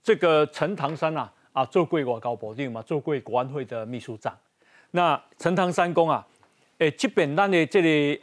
这个陈唐山做过外交部长嘛，做过国安会的秘书长。那陈唐山讲这边咱的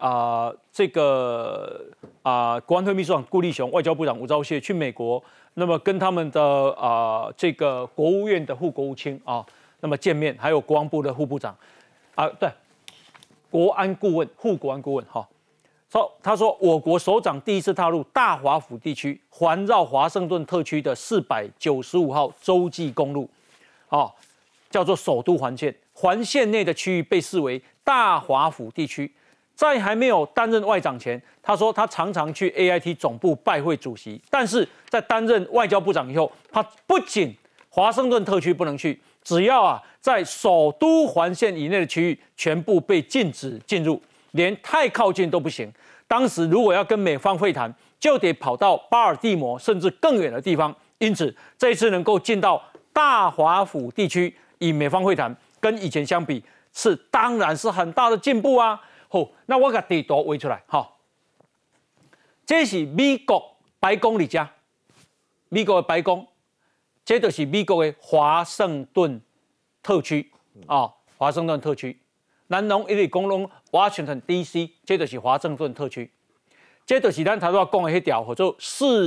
国安会秘书长顾立雄、外交部长吴钊燮去美国，那么跟他们的这个国务院的副国务卿那么见面，还有国防部的副部长对，国安顾问、副国安顾问他说，我国首长第一次踏入大华府地区，环绕华盛顿特区的495号洲际公路，叫做首都环线。环线内的区域被视为大华府地区。在还没有担任外长前，他说他常常去 AIT 总部拜会主席，但是在担任外交部长以后，他不仅华盛顿特区不能去，只要在首都环线以内的区域，全部被禁止进入，连太靠近都不行。当时如果要跟美方会谈，就得跑到巴尔的摩甚至更远的地方。因此，这一次能够进到大华府地区，以美方会谈，跟以前相比，当然是很大的进步啊。那我把地图画出来，这是美国白宫里家，美国的白宫，这就是美国的华盛顿特区华盛顿特区。咱拢一直讲拢 Washington D.C.， 这就是华盛顿特区，这就是咱头先讲的迄条叫做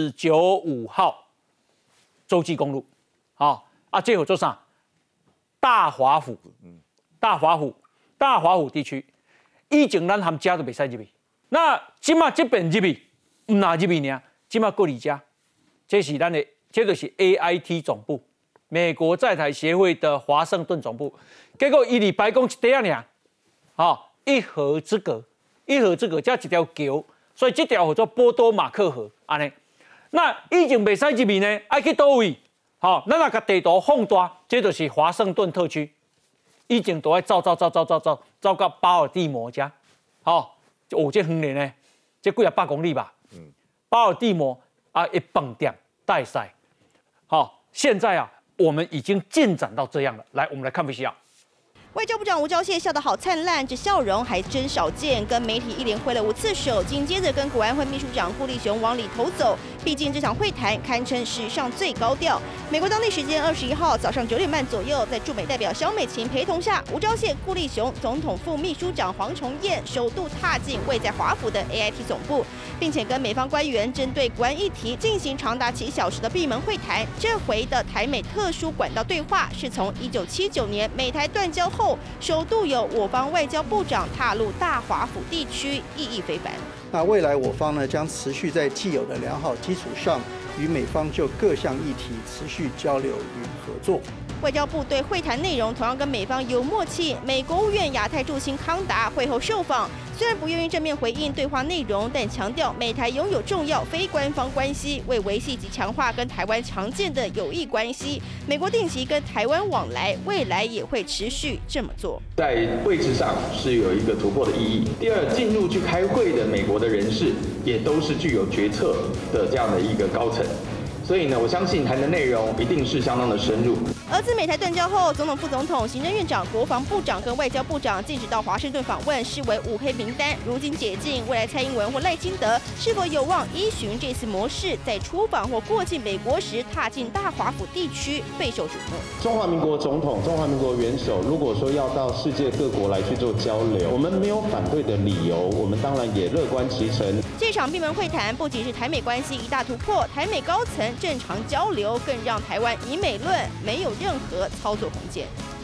495号洲际公路，这叫做啥？大华府，大华府地区。以前咱含家都袂使入去，那即马这边入去，唔拿入去呢，即马过离家，这是咱的，这就是 AIT 总部，美国在台协会的华盛顿总部。结果伊离白宫一块尔，一河之隔，加一条桥，所以这条叫做波多马克河，安尼。那以前袂使入去呢，爱去倒位？咱若甲地图放大，这就是华盛顿特区。以前都爱走到巴尔的摩家，这远呢，这几百公里吧。巴尔的摩一饭店带赛，现在我们已经进展到这样了。来，我们来看 VCR。 外交部长吴钊燮笑得好灿烂，这笑容还真少见，跟媒体一连挥了5次手，紧接着跟国安会秘书长顾立雄往里头走。毕竟这场会谈堪称史上最高调。美国当地时间21号早上9点半左右，在驻美代表萧美琴陪同下，吴钊燮、顾立雄、总统副秘书长黄崇彦首度踏进位在华府的 AIT 总部，并且跟美方官员针对国安议题进行长达7小时的闭门会谈。这回的台美特殊管道对话是从1979年美台断交后，首度有我方外交部长踏入大华府地区，意义非凡。 那未来我方呢将持续在既有的良好基础上，与美方就各项议题持续交流与合作。 外交部对会谈内容同样跟美方有默契。美国务院亚太助卿康达会后受访，虽然不愿意正面回应对话内容，但强调美台拥有重要非官方关系，为维系及强化跟台湾常见的友谊关系，美国定期跟台湾往来，未来也会持续这么做。 在位置上是有一个突破的意义。第二，进入去开会的美国的人士也都是具有决策的这样的一个高层。所以呢，我相信谈的内容一定是相当的深入。 而自美台断交后，总统、副总统、行政院长、国防部长跟外交部长禁止到华盛顿访问，视为5黑名单。如今解禁，未来蔡英文或赖清德是否有望依循这次模式，在出访或过境美国时踏进大华府地区，备受瞩目。 中华民国总统、中华民国元首，如果说要到世界各国来去做交流，我们没有反对的理由，我们当然也乐观其成。 这场闭门会谈不仅是台美关系一大突破，台美高层正常交流，更让台湾以美论没有任何操作空间。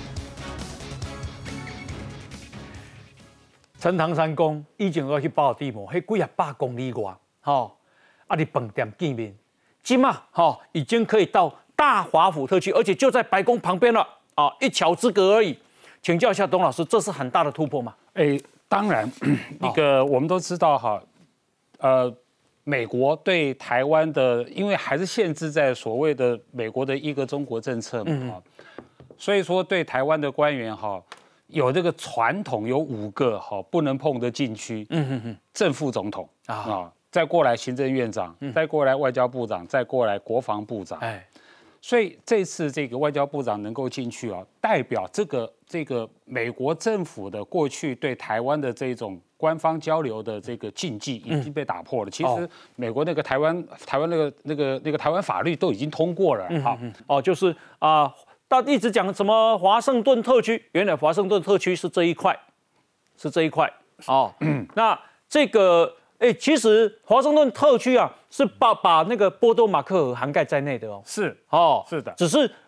陈唐山讲，以前要去巴尔的摩，迄几百公里外，你饭店见面，今嘛，已经可以到大华府特区，而且就在白宫旁边了，一桥之隔而已。请教一下董老师，这是很大的突破吗？ 当然，我们都知道美国对台湾的，因为还是限制在所谓的美国的一个中国政策嘛，所以说对台湾的官员有这个传统，有5个不能碰的禁区，正副总统再过来行政院长，再过来外交部长，再过来国防部长， 所以这次这个外交部长能够进去啊，代表这个美国政府的过去对台湾的这种官方交流的这个禁忌已经被打破了。其实美国那个台湾那个台湾法律都已经通过了。好， 就是他一直讲什么华盛顿特区，原来华盛顿特区是这一块，那这个其实华盛顿特区啊是把那个波多马克河涵盖在内的哦。 是的， 只是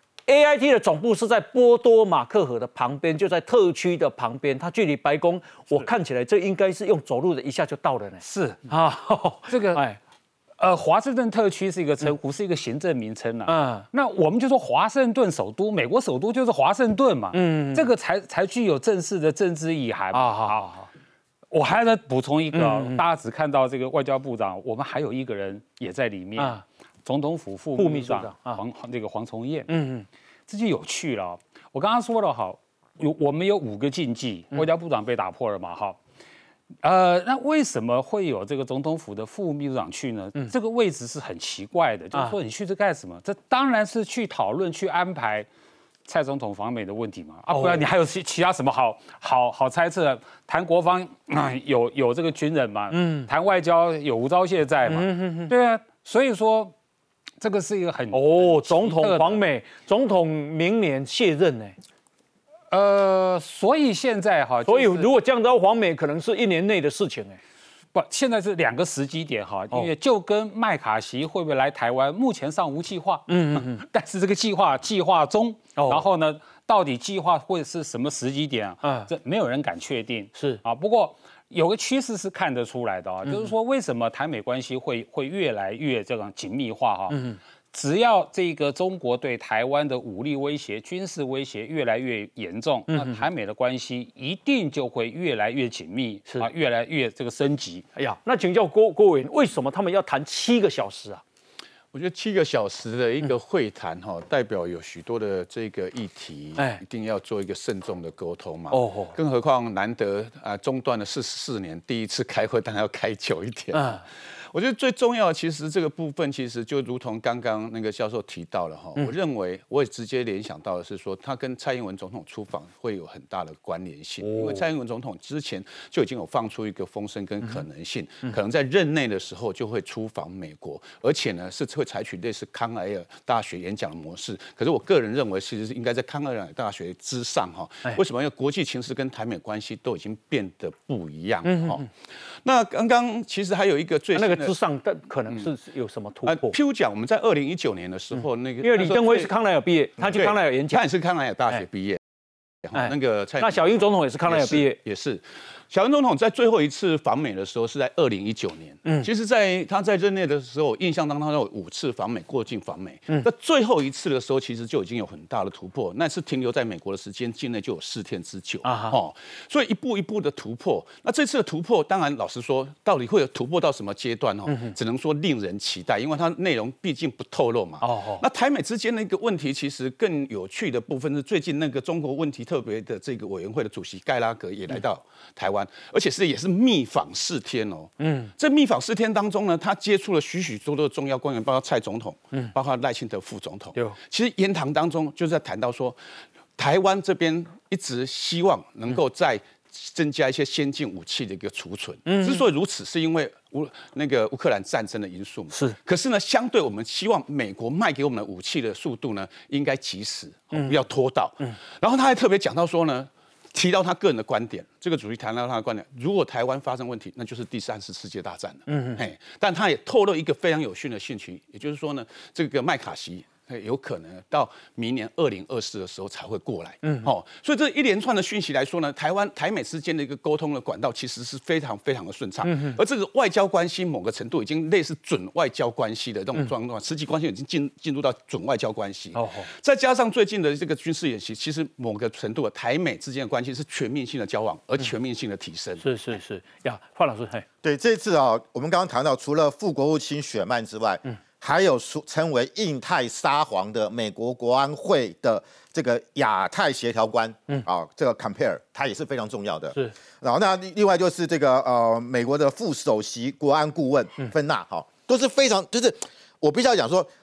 AIT 的总部是在波多马克河的旁边，就在特区的旁边，它距离白宫，我看起来这应该是用走路的一下就到了呢。 是啊，这个华盛顿特区是一个称呼，是一个行政名称啊。那我们就说华盛顿首都，美国首都就是华盛顿嘛。这个才具有正式的政治意涵。好，我还要补充一个，大家只看到这个外交部长，我们还有一个人也在里面。总统府副秘书长黄崇彦，这就有趣了。我刚刚说了哈，我们有5个禁忌，外交部长被打破了嘛，哈。那为什么会有这个总统府的副秘书长去呢？这个位置是很奇怪的，就是说你去这干什么？这当然是去讨论、去安排蔡总统访美的问题嘛。不然你还有其他什么好猜测？谈国防有这个军人嘛，谈外交有吴钊燮在嘛，对啊，所以说。这个是一个很总统访美，总统明年卸任呢。 所以现在哈， 所以如果这样的访美，可能是1年内的事情哎。 不，现在是2个时机点哈，因为就跟麦卡锡会不会来台湾，目前尚无计划。但是这个计划中，然后呢，到底计划会是什么时机点啊？这没有人敢确定。 是啊， 不过。有个趋势是看得出来的就是说为什么台美关系会越来越这种紧密化只要这个中国对台湾的武力威胁、军事威胁越来越严重，那台美的关系一定就会越来越紧密，越来越这个升级。 哎呀，那请教郭委员，为什么他们要谈7个小时啊？ 我觉得7个小时的一个会谈代表有许多的这个议题，一定要做一个慎重的沟通嘛。更何况难得中断了44年，第一次开会，当然要开久一点。我觉得最重要的，其实这个部分，其实就如同刚刚那个教授提到了我认为我也直接联想到的是说，他跟蔡英文总统出访会有很大的关联性，因为蔡英文总统之前就已经有放出一个风声跟可能性，可能在任内的时候就会出访美国，而且呢是会采取类似康奈尔大学演讲的模式。可是我个人认为，其实是应该在康奈尔大学之上为什么？因为国际情势跟台美关系都已经变得不一样那刚刚其实还有一个最新的之上的可能是有什么突破？ 譬如讲，我们在2019年的时候，那个因为李登辉是康奈尔毕业，他去康奈尔演讲， 他也是康奈尔大学毕业。那小英总统也是康奈尔毕业， 也是。小英总统在最后一次访美的时候是在2019年。其实他在任内的时候，印象当中他有5次访美，过境访美。那最后一次的时候，其实就已经有很大的突破。那次停留在美国的时间境内就有4天之久所以一步一步的突破。那这次的突破，当然老实说，到底会有突破到什么阶段只能说令人期待，因为它内容毕竟不透露嘛。那台美之间的一个问题，其实更有趣的部分是，最近那个中国问题特别的这个委员会的主席盖拉格也来到台湾。而且也是密访4天这密访4天当中呢，他接触了许多的重要官员，包括蔡总统，包括赖清德副总统。其实言谈当中就是在谈到说，台湾这边一直希望能够再增加一些先进武器的一个储存。之所以如此，是因为乌克兰战争的因素。可是呢，相对我们希望美国卖给我们的武器的速度呢，应该及时，不要拖到。然后他还特别讲到说呢。提到他个人的观点，这个主席谈到他的观点，如果台湾发生问题，那就是第3次世界大战了。但他也透露一个非常有趣的信息，也就是说呢，这个麦卡锡有可能到明年2024的时候才会过来。所以这一连串的讯息来说呢，台美之间的一个沟通的管道其实是非常非常的顺畅。而这个外交关系某个程度已经类似准外交关系的这种状况，实际关系已经进入到准外交关系。再加上最近的这个军事演习，其实某个程度的台美之间的关系是全面性的交往，而全面性的提升。 是呀，范老师， 对，这次我们刚刚谈到，除了副国务卿雪曼之外，还有称为印太沙皇的美国国安会的这个亚太协调官，这个 Compare， 他也是非常重要的。然后那另外就是这个美国的副首席国安顾问芬纳，都是非常，就是我必须要讲说，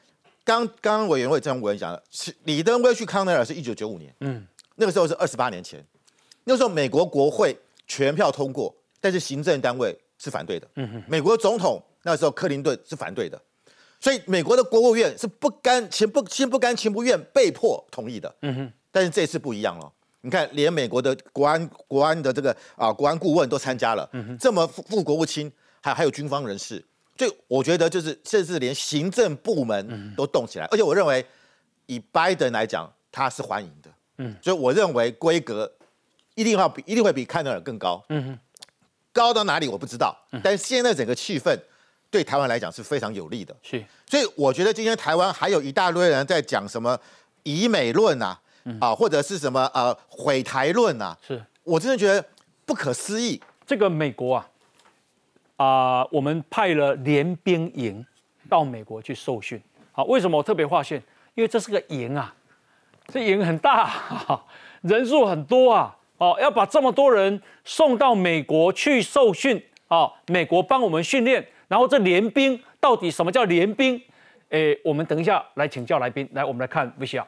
刚刚委员会这样委员讲了，李登辉去康奈尔是1995年，那个时候是28年前，那时候美国国会全票通过，但是行政单位是反对的，美国总统那时候克林顿是反对的，所以美国的国务院是心不甘情不愿被迫同意的，但是这次不一样了。你看，连美国的国安的这个国安顾问都参加了，这么副国务卿，还有军方人士，所以我觉得就是甚至连行政部门都动起来，而且我认为以拜登来讲，他是欢迎的，所以我认为规格一定会比康奈尔更高，高到哪里我不知道，但是现在整个气氛对台湾来讲是非常有利的， 是， 所以我觉得今天台湾还有一大堆人在讲什么以美论啊。或者是什么毁台论啊， 是我真的觉得不可思议。 这个美国我们派了联兵营到美国去受训。好，为什么我特别划线？因为这是个营啊，这营很大，人数很多啊，要把这么多人送到美国去受训，美国帮我们训练，然后这联兵到底什么叫联兵？我们等一下来请教来宾，来我们来看 VCR。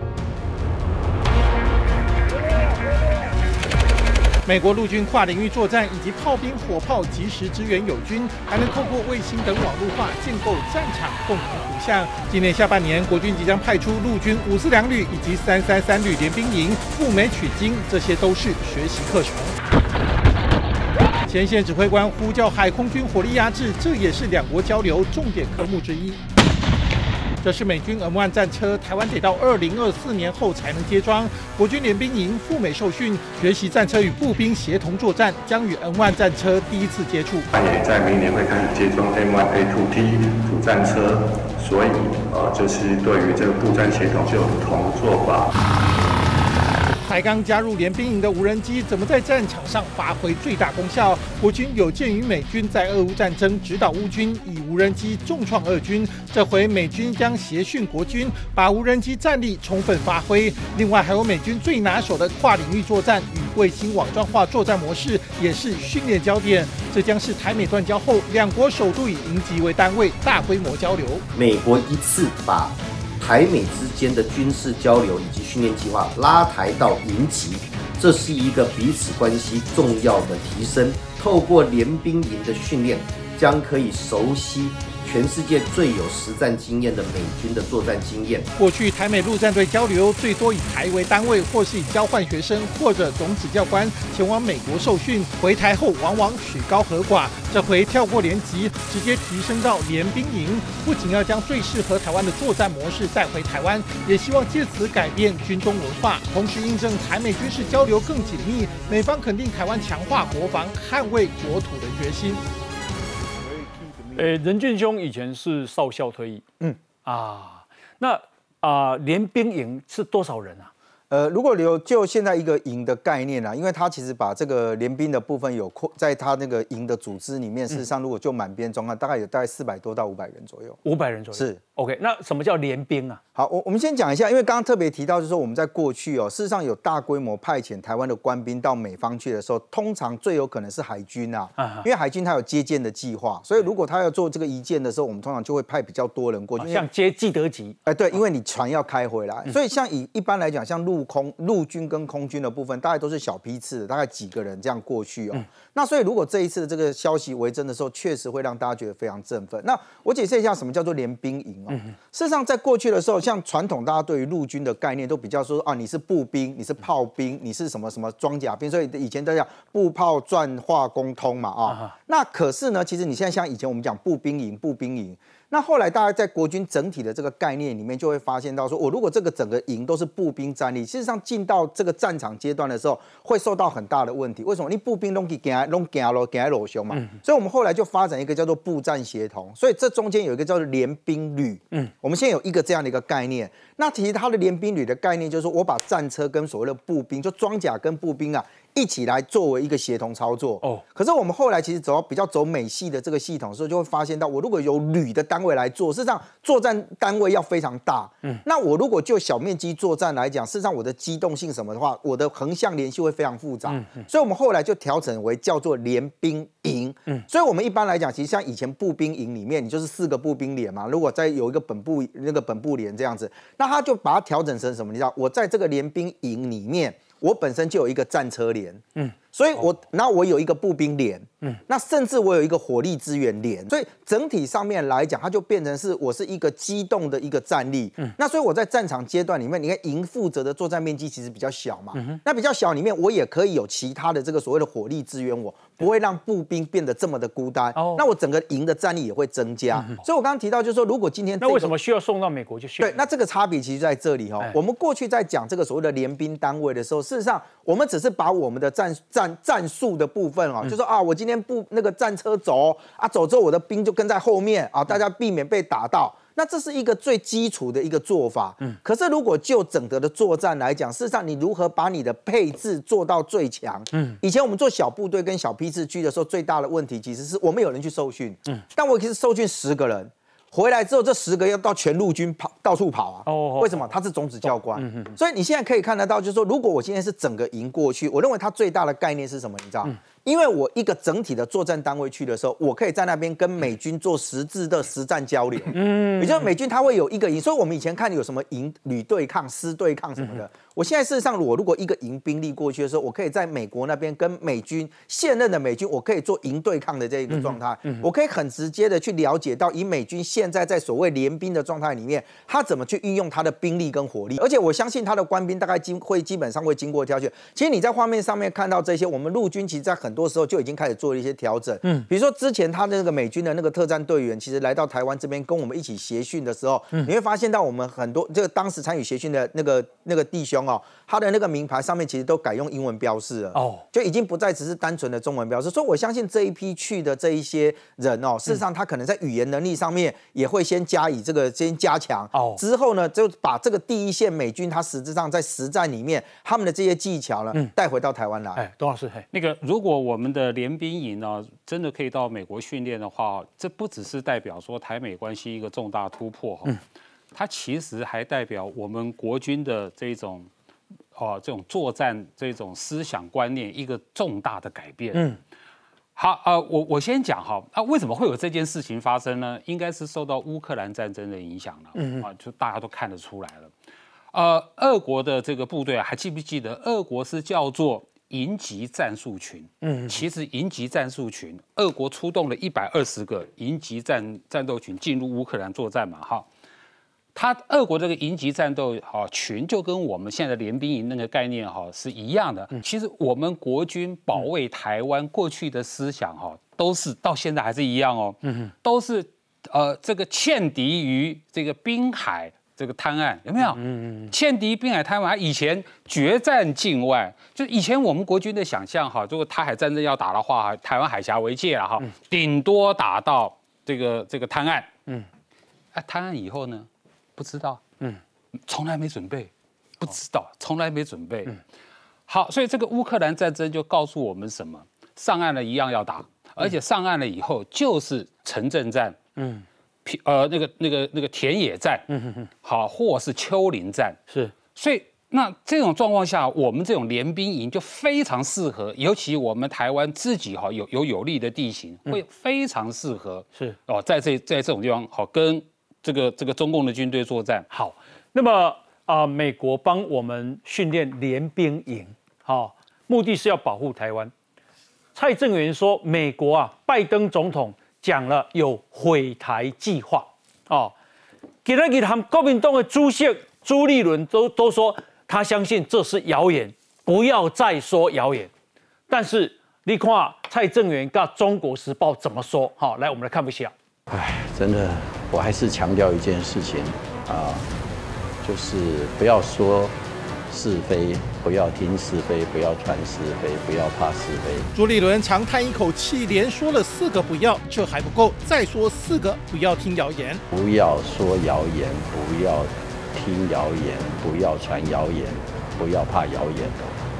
美国陆军跨领域作战以及炮兵、火炮及时支援友军，还能透过卫星等网络化建构战场，共同图像。今年下半年，国军即将派出陆军542旅以及333旅联兵营赴美取经，这些都是学习课程。前线指挥官呼叫海空军火力压制，这也是两国交流重点科目之一。这是美军 M1 战车，台湾得到2024年后才能接装。国军联兵营赴美受训，学习战车与步兵协同作战，将与 M1 战车第一次接触。 也在明年会开始接装 M1A2T 主战车，所以就是对于这个步战协同就有不同的做法。 才刚加入联兵营的无人机，怎么在战场上发挥最大功效？国军有鉴于美军在俄乌战争指导乌军，以无人机重创俄军，这回美军将协训国军，把无人机战力充分发挥。另外，还有美军最拿手的跨领域作战与卫星网状化作战模式，也是训练焦点。这将是台美断交后，两国首度以营级为单位大规模交流。 美国一次把台美之间的军事交流以及训练计划拉抬到营级，这是一个彼此关系重要的提升。透过联兵营的训练，将可以熟悉全世界最有实战经验的美军的作战经验。 过去台美陆战队交流最多以台为单位，或是以交换学生或者总指教官前往美国受训，回台后往往许高和寡。这回跳过连级，直接提升到联兵营，不仅要将最适合台湾的作战模式带回台湾，也希望借此改变军中文化，同时印证台美军事交流更紧密。美方肯定台湾强化国防、捍卫国土的决心。 任俊兄以前是少校退役，那联兵营是多少人啊？ 如果就现在一个营的概念啊，因为他其实把这个联兵的部分有在他那个营的组织里面，事实上如果就满编状况，大概400多到500人左右。 500人左右是 OK。那什么叫联兵啊？ 好，我们先讲一下，因为刚刚特别提到，就是说我们在过去事实上有大规模派遣台湾的官兵到美方去的时候，通常最有可能是海军啊，因为海军它有接舰的计划，所以如果他要做这个移舰的时候，我们通常就会派比较多人过去， 像接既得级， 对，因为你船要开回来，所以像一般来讲，像陆军跟空军的部分，大概都是小批次的，大概几个人这样过去那所以如果这一次的这个消息为真的时候，确实会让大家觉得非常振奋。那我解释一下什么叫做联兵营事实上，在过去的时候，像传统大家对于陆军的概念都比较说你是步兵，你是炮兵，你是什么什么装甲兵，所以以前都讲步炮转化工通嘛那可是呢，其实你现在像以前我们讲步兵营。那后来大家在国军整体的这个概念里面，就会发现到说，我如果这个整个营都是步兵战力，事实上进到这个战场阶段的时候，会受到很大的问题。为什么？你步兵拢行路凶嘛，所以我们后来就发展一个叫做步战协同，所以这中间有一个叫做联兵旅。我们现在有一个这样的一个概念。那其实它的联兵旅的概念就是说，我把战车跟所谓的步兵，就装甲跟步兵一起来作为一个协同操作。哦，可是我们后来其实比较走美系的这个系统的时候，就会发现到，我如果有旅的单位来做，事实上作战单位要非常大。那我如果就小面积作战来讲，事实上我的机动性什么的话，我的横向联系会非常复杂。所以我们后来就调整为叫做联兵营。所以我们一般来讲，其实像以前步兵营里面，你就是4个步兵连嘛，如果再有一个本部连这样子，那他就把它调整成什么？你知道，我在这个联兵营里面。我本身就有一个战车连，所以然后我有一个步兵连，那甚至我有一个火力支援连，所以整体上面来讲，它就变成是我是一个机动的一个战力。那所以我在战场阶段里面，你看营负责的作战面积其实比较小嘛，那比较小里面我也可以有其他的这个所谓的火力支援我，不会让步兵变得这么的孤单。那我整个营的战力也会增加。所以我刚刚提到就是说，如果今天那为什么需要送到美国就对？那这个差别其实在这里我们过去在讲这个所谓的联兵单位的时候，事实上我们只是把我们的战术的部分就说我今天那个战车走走之后我的兵就跟在后面大家避免被打到。那这是一个最基础的一个做法。可是如果就整个的作战来讲，事实上你如何把你的配置做到最强？以前我们做小部队跟小批次区的时候，最大的问题其实是我们有人去受训，但我其实受训10个人。回来之后，这10个要到全陆军到处跑为什么？他是种子教官。所以你现在可以看得到，就是说，如果我今天是整个营过去，我认为它最大的概念是什么？你知道？因为我一个整体的作战单位去的时候，我可以在那边跟美军做实质的实战交流。也就是美军他会有一个营，所以我们以前看有什么营旅对抗、师对抗什么的。我现在事实上，我如果一个营兵力过去的时候，我可以在美国那边跟美军现任的美军，我可以做营对抗的这一个状态。我可以很直接的去了解到，以美军现在在所谓联兵的状态里面，他怎么去运用他的兵力跟火力。而且我相信他的官兵大概基本上会经过挑选。其实你在画面上面看到这些，我们陆军其实在很多时候就已经开始做了一些调整。比如说之前他的那个美军的那个特战队员，其实来到台湾这边跟我们一起协训的时候，你会发现到我们很多这个当时参与协训的那个弟兄他的那个名牌上面其实都改用英文标示了，就已经不再只是单纯的中文标示。所以我相信这一批去的这一些人事实上他可能在语言能力上面也会先加强，之后呢就把这个第一线美军他实质上在实战里面他们的这些技巧呢带回到台湾来。 董老师， 那个如果我们的联兵营呢真的可以到美国训练的话，这不只是代表说台美关系一个重大突破它其实还代表我们国军的这种作战这种思想观念一个重大的改变。好我先讲为什么会有这件事情发生呢？应该是受到乌克兰战争的影响了。就大家都看得出来了。俄国的这个部队还记不记得？俄国是叫做营级战术群。其实营级战术群，俄国出动了120个营级战斗群进入乌克兰作战嘛。俄国这个营级战斗群就跟我们现在的联兵营那个概念是一样的。其实我们国军保卫台湾过去的思想都是到现在还是一样都是这个欠敌于这个滨海这个滩岸，有没有？欠敌滨海滩岸，以前决战境外，就以前我们国军的想象如果台海战争要打的话，台湾海峡为界了顶多打到这个滩岸。滩岸以后呢？不知道，从来没准备，不知道，从来没准备。好，所以这个乌克兰战争就告诉我们什么？上岸了一样要打，而且上岸了以后就是城镇战，那个田野战，好，或是丘陵战， 是。 所以那这种状况下，我们这种联兵营就非常适合，尤其我们台湾自己有利的地形，会非常适合是在这种地方跟这个中共的军队作战。 好，那么美国帮我们训练联兵营，目的是要保护台湾。蔡正元说，美国拜登总统讲了有毁台计划。今天他们国民党的主席朱立伦都说他相信这是谣言，不要再说谣言。但是你看蔡正元跟《中国时报》怎么说？来，我们来看一下。 真的。我还是强调一件事情就是不要说是非，不要听是非，不要传是非，不要怕是非。 朱立伦长叹一口气，连说了4个不要，这还不够，再说4个不要听谣言。 不要说谣言，不要听谣言，不要传谣言，不要怕谣言。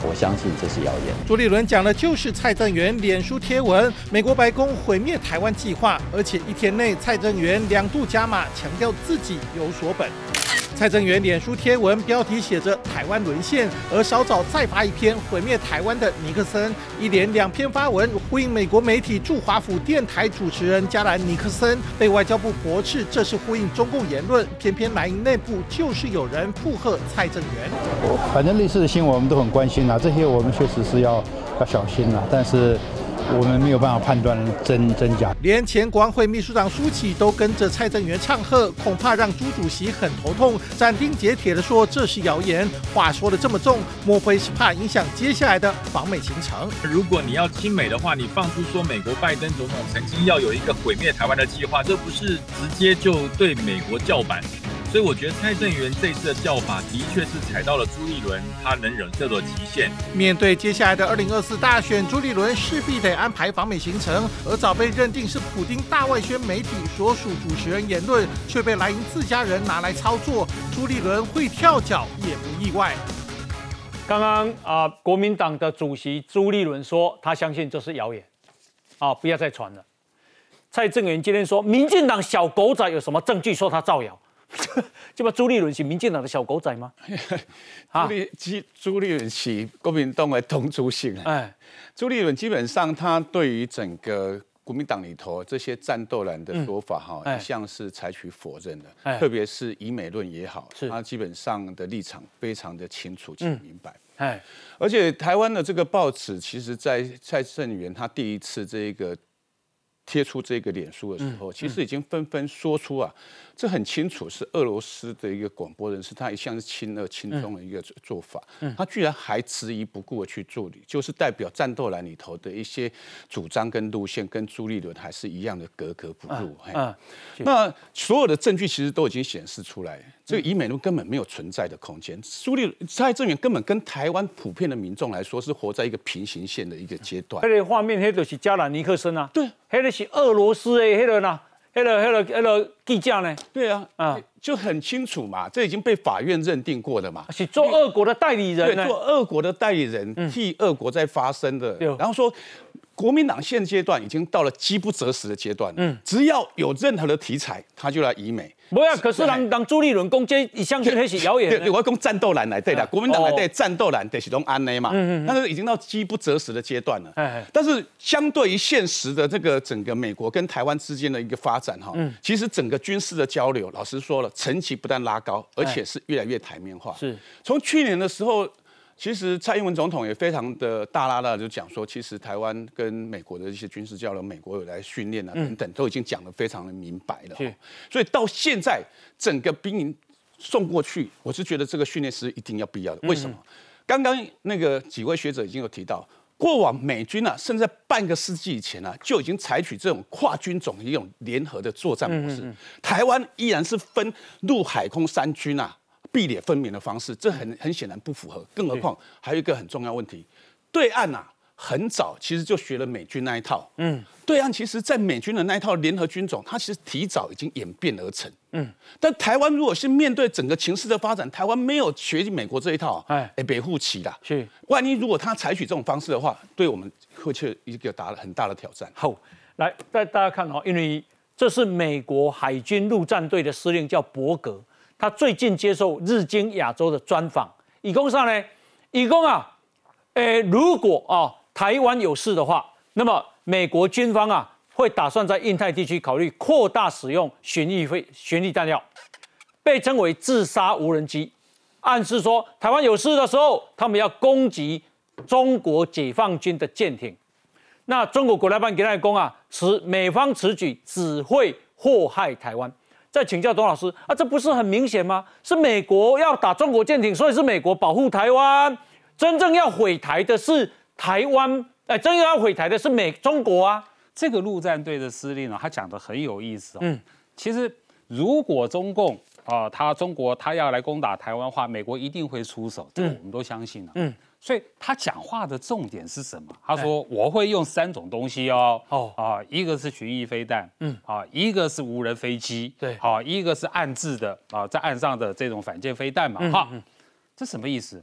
我相信这是谣言。 朱立伦讲的就是蔡正元脸书贴文，美国白宫毁灭台湾计划，而且1天内蔡正元2度加码，强调自己有所本。蔡正元脸书贴文标题写着“台湾沦陷”，而稍早再发一篇毁灭台湾的尼克森，一连2篇发文呼应美国媒体驻华府电台主持人加兰尼克森，被外交部驳斥这是呼应中共言论，偏偏蓝营内部就是有人附和蔡正元。 反正类似的新闻我们都很关心啊，这些我们确实是要小心啊，但是我们没有办法判断真假。 连前国安会秘书长舒启都跟着蔡正元唱和，恐怕让朱主席很头痛，斩钉截铁地说这是谣言。话说得这么重，莫非是怕影响接下来的访美行程？ 如果你要亲美的话，你放出说美国拜登总统曾经要有一个毁灭台湾的计划，这不是直接就对美国叫板？所以我觉得蔡正元这次的叫法的确是踩到了朱立伦他能忍受的极限。 面对接下来的2024大选，朱立伦势必得安排访美行程，而早被认定是普丁大外宣媒体所属主持人言论，却被蓝营自家人拿来操作，朱立伦会跳脚也不意外。 刚刚国民党的主席朱立伦说，他相信这是谣言，不要再传了。蔡正元今天说，民进党小狗仔有什么证据说他造谣？这不朱立伦是民进党的小狗仔吗？ 朱立伦是国民党的党主席。朱立伦基本上他对于整个国民党里头这些战斗蓝的说法一向是采取否认的，特别是以美论也好，他基本上的立场非常的清楚且明白。而且台湾的这个报纸，其实在蔡正元他第一次这个贴出这个脸书的时候，其实已经纷纷说出这很清楚是俄罗斯的一个广播人士，他一向是亲俄亲中的一个做法，他居然还执意不顾的去做，就是代表战斗蓝里头的一些主张跟路线跟朱立伦还是一样的格格不入。那所有的证据其实都已经显示出来，这个以美论根本没有存在的空间。蔡正元根本跟台湾普遍的民众来说是活在一个平行线的一个阶段。 那个画面，那就是加兰尼克森啊， 对， 那个是俄罗斯的那个啦。那个记者呢？ 对啊，就很清楚嘛，这已经被法院认定过的嘛， 是做俄国的代理人， 对，做俄国的代理人，替俄国在发声的。然后说，国民党现阶段已经到了饥不择食的阶段，只要有任何的题材，他就来以美。 不要，可是让朱立伦攻击，你相信那是谣言？ 我要讲战斗蓝来对的，国民党来对战斗蓝就是都安内嘛，但是已经到饥不择食的阶段了。但是相对于现实的这个整个美国跟台湾之间的一个发展其实整个军事的交流，老实说了，层级不但拉高，而且是越来越台面化。 是从去年的时候。其实蔡英文总统也非常的大拉拉就讲说，其实台湾跟美国的一些军事交流，美国有来训练等等，都已经讲得非常的明白了。所以到现在整个兵营送过去，我是觉得这个训练是一定要必要的。为什么？刚刚那个几位学者已经有提到，过往美军甚至在半个世纪以前就已经采取这种跨军种的一种联合的作战模式。台湾依然是分陆海空三军壁垒分明的方式，这很显然不符合。更何况还有一个很重要问题，对岸很早其实就学了美军那一套。对岸其实在美军的那一套联合军种，它其实提早已经演变而成。但台湾如果是面对整个情势的发展，台湾没有学美国这一套，北护起啦。 是， 万一如果他采取这种方式的话，对我们会是一个很大的挑战。 好，来大家看因为这是美国海军陆战队的司令叫伯格。他最近接受日经亚洲的专访，以公上呢，以公如果台湾有事的话，那么美国军方会打算在印太地区考虑扩大使用巡弋弹药，被称为自杀无人机，暗示说台湾有事的时候，他们要攻击中国解放军的舰艇。那中国国台办给他讲美方此举只会祸害台湾。再请教董老师这不是很明显吗？是美国要打中国舰艇，所以是美国保护台湾。真正要毁台的是台湾，真正要毁台的是中国这个陆战队的司令他讲得很有意思其实如果中共中国他要来攻打台湾的话，美国一定会出手，这个我们都相信所以他讲话的重点是什么？他说我会用3种东西一个是巡弋飞弹，一个是无人飞机， 对， 一个是岸置的在岸上的这种反舰飞弹嘛，这什么意思？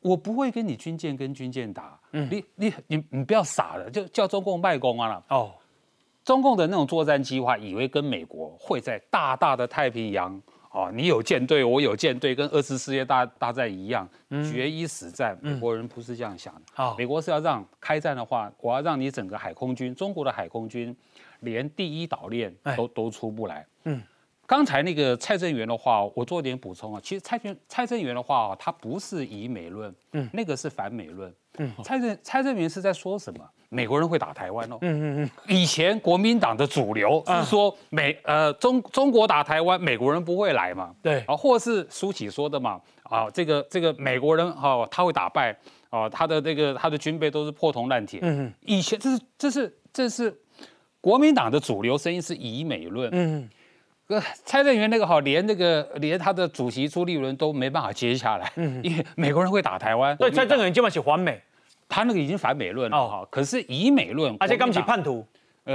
我不会跟你军舰跟军舰打，你不要傻了，就叫中共卖功啊了。哦，中共的那种作战计划，以为跟美国会在大大的太平洋。哦，你有舰队，我有舰队，跟2次世界大战一样，决一死战。美国人不是这样想的。美国是要让开战的话，我要让你整个海空军，中国的海空军，连第一岛链都出不来。刚才那个蔡正元的话，我做点补充啊。其实蔡正元的话，他不是以美论，那个是反美论。蔡正元是在说什么？美国人会打台湾哦。以前国民党的主流是说中国打台湾，美国人不会来嘛。对啊，或是苏起说的嘛。啊，这个美国人他会打败他的军备都是破铜烂铁。以前这是国民党的主流声音是以美论。蔡正元那个连他的主席朱立伦都没办法接下来，因为美国人会打台湾。 对，蔡正元基本上是反美。 他那个已经反美论了可是以美论， 而且刚起叛徒。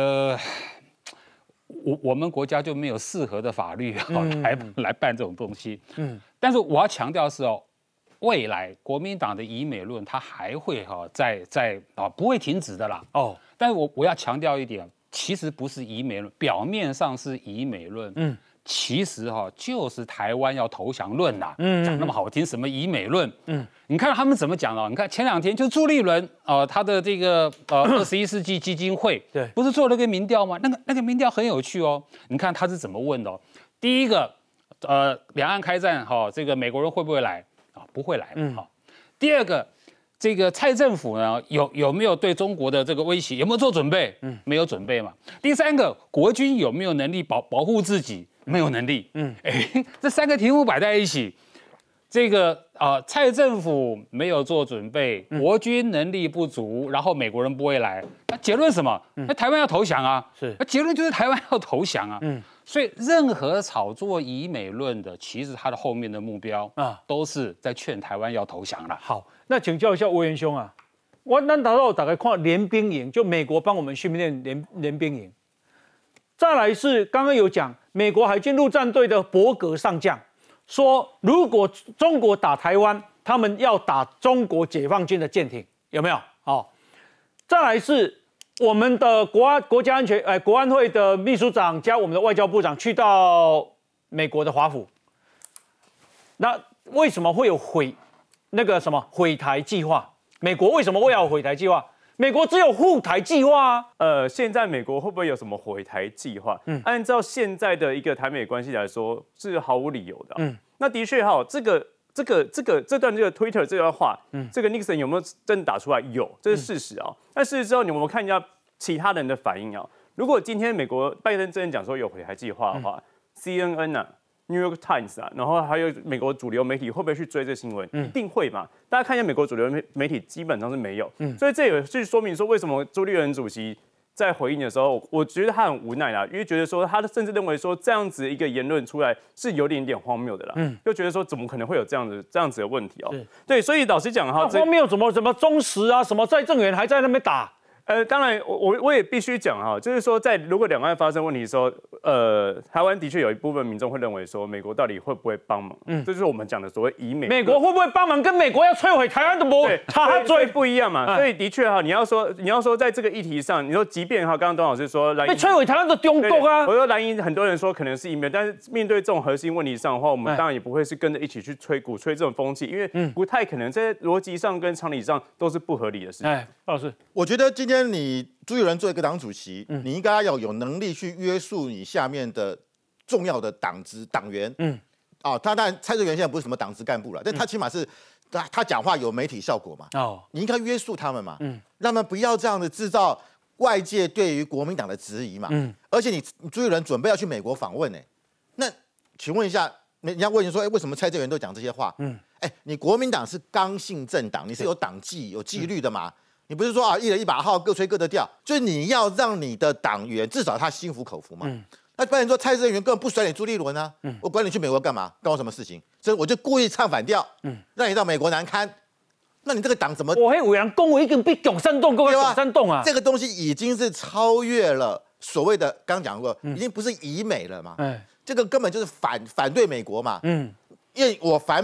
我们国家就没有适合的法律来办这种东西。但是我要强调是未来国民党的以美论，它还会在不会停止的啦。但是我要强调一点，其实不是以美论，表面上是以美论。其实就是台湾要投降论啦，讲那么好听，什么以美论？你看他们怎么讲了？你看前2天就朱立伦他的这个21世纪基金会，对，不是做了个民调吗？那个民调很有趣哦。你看他是怎么问的？第一个，两岸开战这个美国人会不会来？不会来。第二个，这个蔡政府呢有没有对中国的这个威胁有没有做准备？没有准备嘛。第三个，国军有没有能力保护自己？没有能力。这3个题目摆在一起，这个蔡政府没有做准备，国军能力不足，然后美国人不会来，那结论什么？那台湾要投降啊！那结论就是台湾要投降啊！所以任何炒作以美论的，其实它的后面的目标都是在劝台湾要投降了。 好，那请教一下委员兄啊，咱大概看联兵营，就美国帮我们训练联兵营。再来是刚刚有讲，美国海军陆战队的伯格上将说，如果中国打台湾，他们要打中国解放军的舰艇，有没有？再来是我们的国家安全国安会的秘书长加我们的外交部长去到美国的华府，那为什么会有毁台计划？美国为什么会要毁台计划？美国只有护台计划啊。 现在美国会不会有什么毁台计划？按照现在的一个台美关系来说，是毫无理由的。那的确这段Twitter 这段话，这个 Nixon 有没有真的打出来？有，这是事实啊。但事实之后，你们看一下其他人的反应啊。如果今天美国拜登真的讲说有毁台计划的话，CNN 啊。New York Times 啊，然后还有美国主流媒体会不会去追这新闻？一定会嘛？大家看一下美国主流媒体基本上是没有，所以这也是说明说为什么朱立伦主席在回应的时候，我觉得他很无奈啦，因为觉得说他甚至认为说这样子一个言论出来是有点荒谬的啦，就觉得说怎么可能会有这样子的问题哦？对，所以老实讲哈， 荒谬怎么中时啊，什么蔡正元还在那边打。 当然，我也必须讲哈，就是说，如果两岸发生问题的时候，台湾的确有一部分民众会认为说，美国到底会不会帮忙？这就是我们讲的所谓以美国会不会帮忙，跟美国要摧毁台湾的差最不一样嘛。所以的确哈，你要说在这个议题上，你说即便哈，刚刚董老师说被摧毁台湾的中共啊， 我说蓝营很多人说可能是以美，但是面对这种核心问题上的话，我们当然也不会是跟着一起去鼓吹这种风气，因为不太可能，在逻辑上跟常理上都是不合理的事情。 老师， 我觉得今天你朱立伦作为一个党主席，你应该要有能力去约束你下面的重要的党员。他当然蔡正元现在不是什么党职干部了，但他起码是他讲话有媒体效果嘛。你应该约束他们嘛，让他们不要这样的制造外界对于国民党的质疑嘛。而且你朱立伦准备要去美国访问那请问一下，人家问你说，为什么蔡正元都讲这些话？你国民党是刚性政党，你是有党纪有纪律的嘛？你不是说一人一把号各吹各的调，就是你要让你的党员至少他心服口服嘛。那不然说蔡正元根本不甩你朱立伦啊，我管你去美国干嘛？干我什么事情？所以我就故意唱反调，让你到美国难堪。那你这个党怎么？ 我有人公维一定比共产党更共产党啊！ 这个东西已经是超越了所谓的刚讲过，已经不是以美了嘛。这个根本就是反对美国嘛。因为我反美，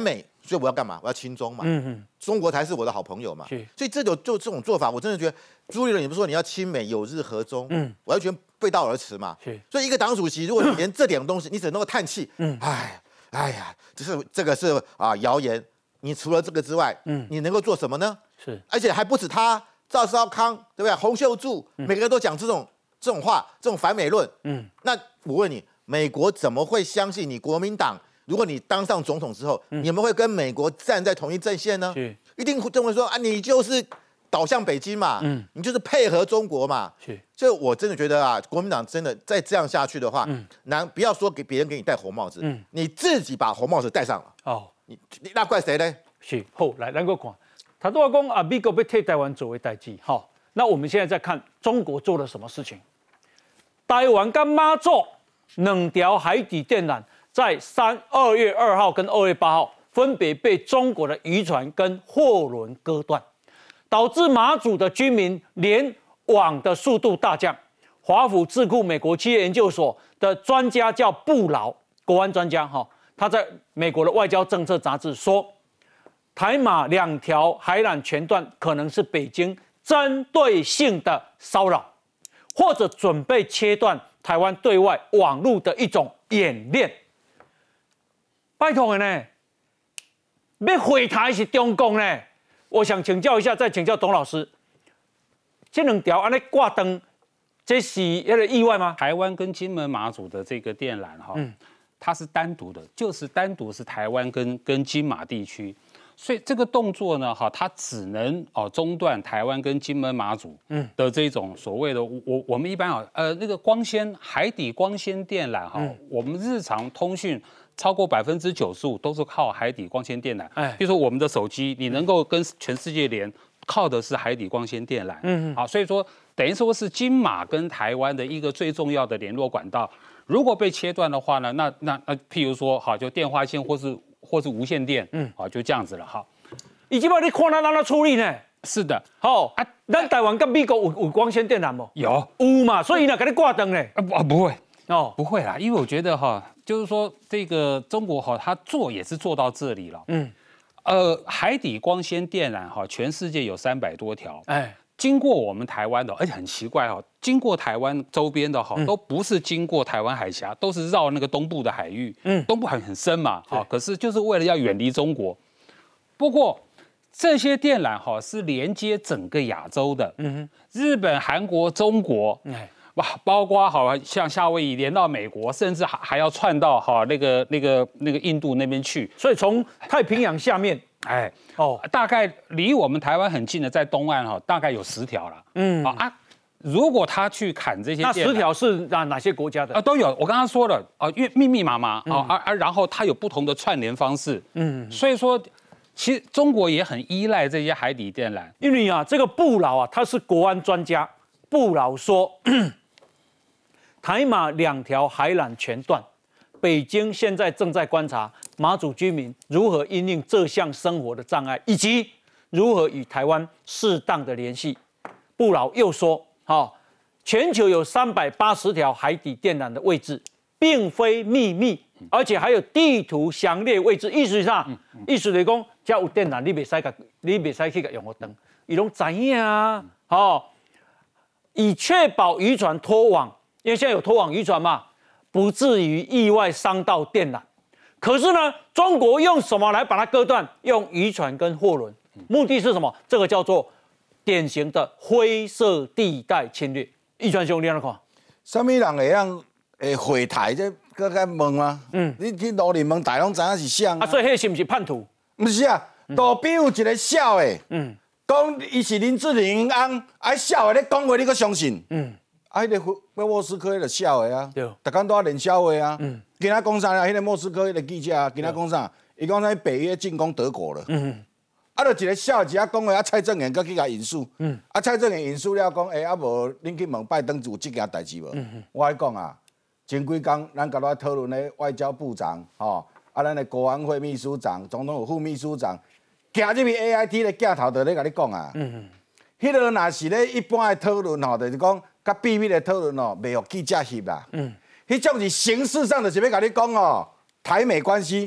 所以我要干嘛？我要亲中嘛，中国才是我的好朋友嘛。所以就这种做法，我真的觉得朱立伦，你不是说你要亲美、友日、和中，完全背道而驰嘛。所以一个党主席，如果你连这点东西，你只能够叹气，哎呀，这个是谣言。你除了这个之外，你能够做什么呢？而且还不止他，赵少康，对不对？洪秀柱，每个人都讲这种话，这种反美论。那我问你，美国怎么会相信你国民党？如果你当上总统之后，你们会跟美国站在同一阵线呢？一定认为说你就是倒向北京嘛，你就是配合中国嘛。所以我真的觉得国民党真的再这样下去的话，不要说给别人给你戴红帽子，你自己把红帽子戴上了。你那怪谁呢？ 是好，来咱个看，他都说美国要替台湾做为代志，好，那我们现在在看中国做了什么事情。台湾跟马祖2条海底电缆。在2月2号跟2月8号分别被中国的渔船跟货轮割断，导致马祖的居民联网的速度大降。华府智库美国企业研究所的专家叫布劳，国安专家他在美国的外交政策杂志说，台马2条海缆全断可能是北京针对性的骚扰，或者准备切断台湾对外网络的一种演练。拜托的呢，要毁台是中共呢。我想请教一下，再请教董老师，这2条安尼挂灯，这是那个意外吗？ 台湾跟金门马祖的这个电缆它是单独的，就是单独是台湾跟金马地区，所以这个动作呢，它只能中断台湾跟金门马祖的这种所谓的我们一般那个海底光纤电缆我们日常通讯。超过95%都是靠海底光纤电缆。比如说我们的手机，你能够跟全世界连，靠的是海底光纤电缆。好，所以说等于说是金马跟台湾的一个最重要的联络管道，如果被切断的话呢，那譬如说就电话线或是无线电，就这样子了哈。 已经把你看让他处理呢？ 是的， 咱台湾跟美国有光纤电缆吗？ 有嘛，所以呢给你挂灯呢？ 不会。不会啦，因为我觉得就是说这个中国它做也是做到这里了。海底光纤电缆全世界有300多条，经过我们台湾的，而且很奇怪经过台湾周边的都不是经过台湾海峡，都是绕那个东部的海域。东部海很深嘛，可是就是为了要远离中国。不过这些电缆是连接整个亚洲的，日本、韩国、中国。包括像夏威夷连到美国，甚至还要串到那个印度那边去， 所以从太平洋下面， 大概离我们台湾很近的，在东岸大概有10条了。如果他去砍这些， 那10条是哪些国家的？ 都有，我刚刚说了因为密密麻麻然后它有不同的串联方式。所以说，其实中国也很依赖这些海底电缆。 因为这个布劳他是国安专家，布劳说。台马2条海缆全断，北京现在正在观察马祖居民如何因应这项生活的障碍，以及如何与台湾适当的联系。布劳又说，全球有380条海底电缆的位置，并非秘密，而且还有地图详列位置。意思是啥？意思就是讲，只要有电缆，你袂使去用个灯，伊拢知影啊。以确保渔船拖网。因为现在有拖网渔船嘛，不至于意外伤到电缆。可是呢，中国用什么来把它割断？用渔船跟货轮，目的是什么？这个叫做典型的灰色地带侵略。义传兄，你怎看？ 什么人会让毁台？这搁该问吗？你去路里问，大拢知影是啥所以迄是不是叛徒？ 不是啊，路边有一个小的，讲伊是林志玲翁，小的咧讲话，你搁相信？迄个莫斯科迄个小的啊，逐工都要练小话啊。今仔讲啥啊？迄个莫斯科迄个记者啊，今仔讲啥？伊讲咱北约进攻德国了。就一个小的一讲话，蔡正元搁去甲引述。蔡正元引述了讲，无恁去问拜登有即件代志无？我来讲啊，前几工咱甲我讨论咧外交部长，咱的国安会秘书长、总统府副秘书长，行入去 AIT 的镜头，就咧甲你讲啊。迄个若是咧一般的讨论就是讲。较秘密的讨论袂互记者翕啦。迄种是形式上就是要甲你讲台美关系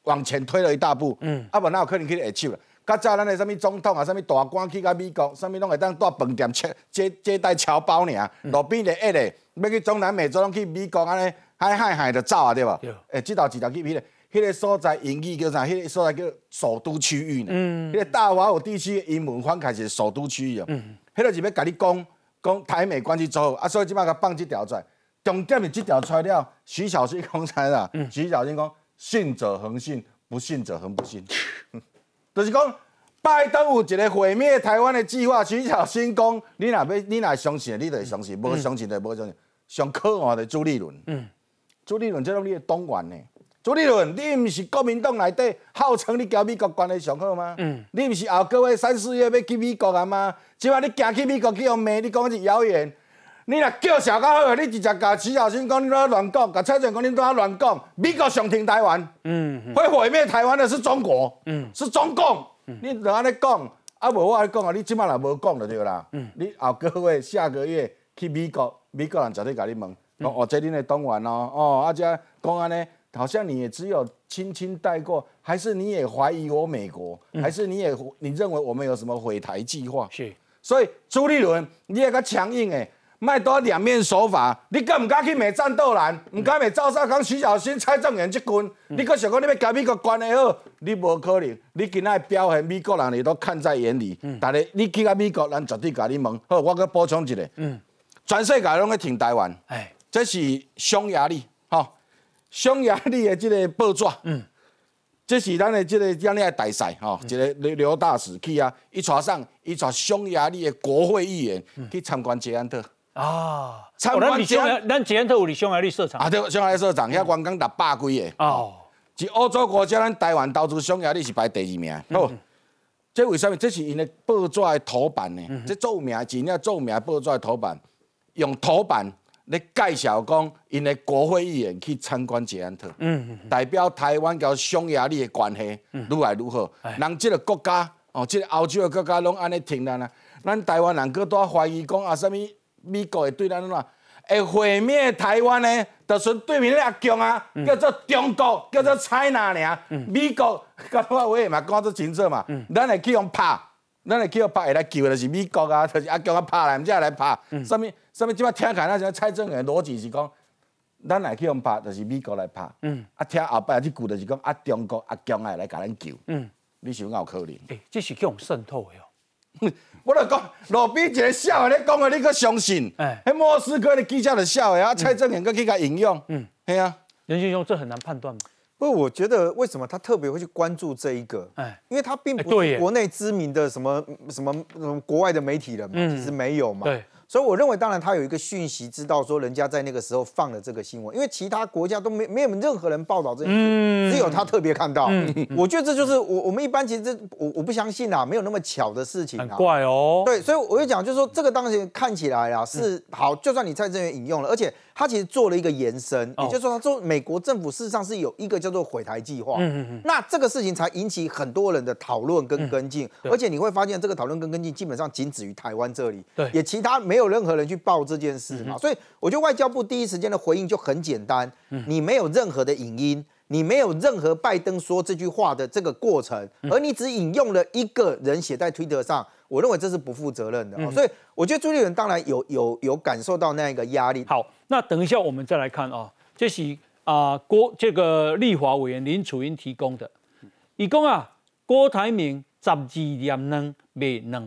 往前推了一大步，啊无哪有可能去下手啦？较早咱的什么总统啊，什么大官去到美国，什么拢会当带饭店接待侨胞尔，路边的一个要去中南美洲，拢去美国安尼海就走啊，对无？这头一条去迄个所在英语叫啥？迄个所在叫首都区域呢。迄个大华府地区的英文翻开是首都区域哦。迄个是要甲你讲台美关系做好，啊，所以即摆甲放这条出来，重点是这条出来了。徐小新讲啥啦？徐小新讲信者恒信，不信者恒不信。就是讲，拜登有一个毁灭台湾的计划，徐小新讲，你若相信，你就会相信；无相信就无相信。上可恶的朱立伦，朱立伦这种你的党员呢？朱立伦，你毋是国民党内底号称你交美国关系上好吗？你毋是后个月3、4月要去美国啊吗？即摆你行去美国去用骂，你讲是谣言。你若叫小较好，你直接甲徐小新讲你在乱讲，甲蔡正讲你在乱讲，美国上挺台湾，会毁灭台湾的是中国，是中共，你就安尼讲，啊无我安尼讲啊，你即摆若无讲就对啦，你后个月、下个月去美国，美国人绝对甲你问，讲哦，这恁的党员哦，啊这讲安尼，好像你也只有轻轻带过，还是你也怀疑我美国，还是你认为我们有什么毁台计划？ 是，所以朱立伦你也较强硬诶。卖多两面手法，你敢唔敢去骂战斗蓝？唔敢骂赵少康、徐小新、蔡正元这群？你搁想讲你要甲美国关系好？你无可能。你今仔表现，美国人也都看在眼里。但是你去到美国，咱绝对甲你问。好，我搁补充一个。全世界拢在挺台湾。这是匈牙利，匈牙利的这个报纸。这是咱的这个这样的大使，一个刘大使去啊，伊带匈牙利的国会议员去参观捷安特。 参观咱捷安特有伫匈牙利设厂啊，对，匈牙利设厂，遐员工600几个。是欧洲国家，咱台湾投资匈牙利是排第2名。好，这为什么？这是因的报纸的头版呢？这做有名，真正做有名报纸的头版，用头版来介绍讲，因的国会议员去参观捷安特，代表台湾甲匈牙利的关系愈来愈好。人这个国家，这个欧洲的国家拢安尼挺咱啊，咱台湾人搁多怀疑讲啊，什么？美国会对咱怎会毁灭台湾呢？就是对面那强啊，叫做中国，叫做 China 尔。美国甲我话嘛讲得清楚嘛，咱会去用拍，会来救的就是美国啊，就是强啊拍来，毋才来拍。什么即摆听起来那像蔡正元逻辑是讲，咱来去用拍，就是美国来拍。听后摆即句就是讲中国强来甲咱救。你想有可能？ 这是叫渗透的哦。 我就讲，路边一个小的，你讲的你搁相信？迄莫斯科的记者就小的啊，蔡正元搁去甲引用。系啊， 任俊兄，这很难判断吗？ 不，我觉得为什么他特别会去关注这一个？因为他并不是国内知名的什么国外的媒体人嘛，其实没有嘛。对。所以我认为，当然他有一个讯息，知道说人家在那个时候放了这个新闻，因为其他国家都没有任何人报道这件事，只有他特别看到。我觉得这就是我们一般其实我不相信啦，没有那么巧的事情。 很怪哦。 对，所以我就讲，就是说这个当然看起来啊是好，就算你蔡正元引用了，而且他其实做了一个延伸，也就是说他说美国政府事实上是有一个叫做毁台计划。那这个事情才引起很多人的讨论跟跟进，而且你会发现这个讨论跟跟进基本上仅止于台湾这里，也其他没有任何人去报这件事嘛，所以我觉得外交部第一时间的回应就很简单，你没有任何的影音，你没有任何拜登说这句话的这个过程，而你只引用了一个人写在推特上，我认为这是不负责任的。所以我觉得朱立伦当然有感受到那个压力。 好，那等一下我们再来看啊，这是这个立法委员林楚茵提供的，伊讲啊，郭台铭12年软卖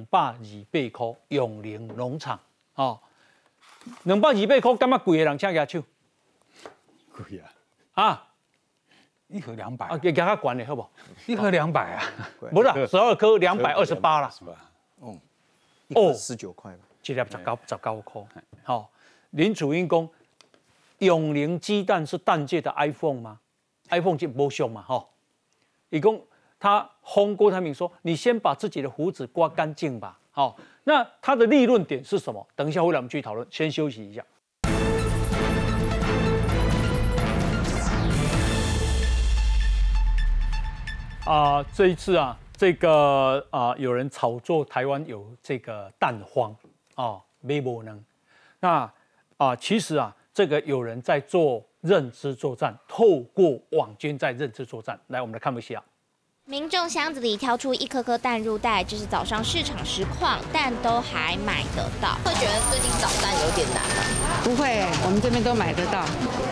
228块永宁农场，228块，感觉贵的人请举手。 贵啊！ 一盒200 啊，给较悬的好不好？ 一盒200啊？ 不是，12颗228啦。 是吧？ 19块吧， 一粒19块。好，林楚茵讲，永宁鸡蛋是蛋界的 iPhone 吗 ？iPhone 就不凶嘛，哈。伊讲他轰郭台铭说：“你先把自己的胡子刮干净吧。”好，那他的立论点是什么？等一下回来我们继续讨论。先休息一下。这一次啊，这个有人炒作台湾有这个蛋荒没无能。那其实啊，这个有人在做认知作战，透过网军在认知作战。来，我们来看一下。 民众箱子里挑出一颗颗蛋入袋，这是早上市场实况，蛋都还买得到。 会觉得最近找蛋有点难吗？ 不会，我们这边都买得到。